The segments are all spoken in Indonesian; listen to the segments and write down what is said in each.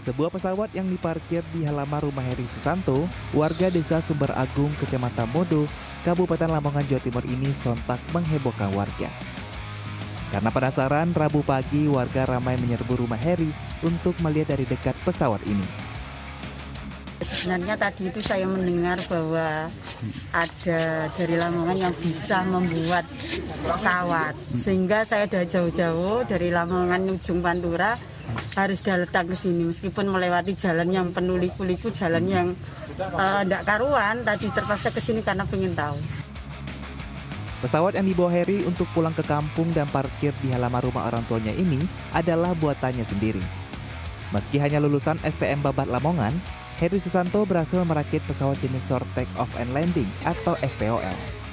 Sebuah pesawat yang diparkir di halaman rumah Heri Susanto, warga desa Sumber Agung, Kecamatan Modo, Kabupaten Lamongan, Jawa Timur ini sontak menghebohkan warga. Karena penasaran, Rabu pagi warga ramai menyerbu rumah Heri untuk melihat dari dekat pesawat ini. Sebenarnya tadi itu saya mendengar bahwa ada dari Lamongan yang bisa membuat pesawat. Sehingga saya dari jauh-jauh dari Lamongan ujung Pantura harus datang ke sini. Meskipun melewati jalan yang penuh liku-liku, jalan yang tidak karuan, tadi terpaksa ke sini karena pengen tahu. Pesawat yang dibawa Heri untuk pulang ke kampung dan parkir di halaman rumah orang tuanya ini adalah buatannya sendiri. Meski hanya lulusan STM Babat Lamongan, Heri Susanto berhasil merakit pesawat jenis Short Take Off and Landing atau STOL.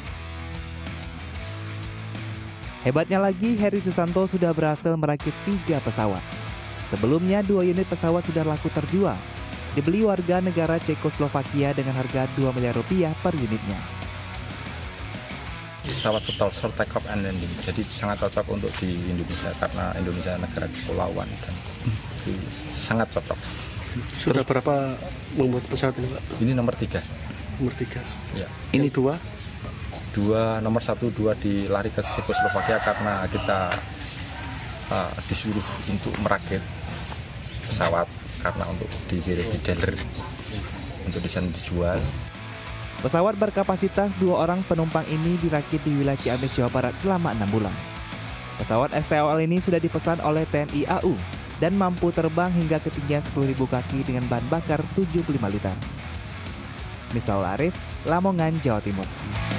Hebatnya lagi, Heri Susanto sudah berhasil merakit 3 pesawat. Sebelumnya 2 unit pesawat sudah laku terjual. Dibeli warga negara Cekoslovakia dengan harga 2 miliar rupiah per unitnya. Pesawat short take off and landing, jadi sangat cocok untuk di Indonesia karena Indonesia negara kepulauan dan sangat cocok. Sudah berapa membuat pesawat ini, Pak? Ini nomor 3. Nomor 3. Ya. Ini 2? Nomor 1, 2 dilari ke Cekoslovakia karena kita disuruh untuk merakit pesawat karena untuk dikirim di dealer untuk di sana dijual. Pesawat berkapasitas 2 orang penumpang ini dirakit di wilayah Ciamis, Jawa Barat selama 6 bulan. Pesawat STOL ini sudah dipesan oleh TNI AU dan mampu terbang hingga ketinggian 10.000 kaki dengan bahan bakar 75 liter. Miftahul Arif, Lamongan, Jawa Timur.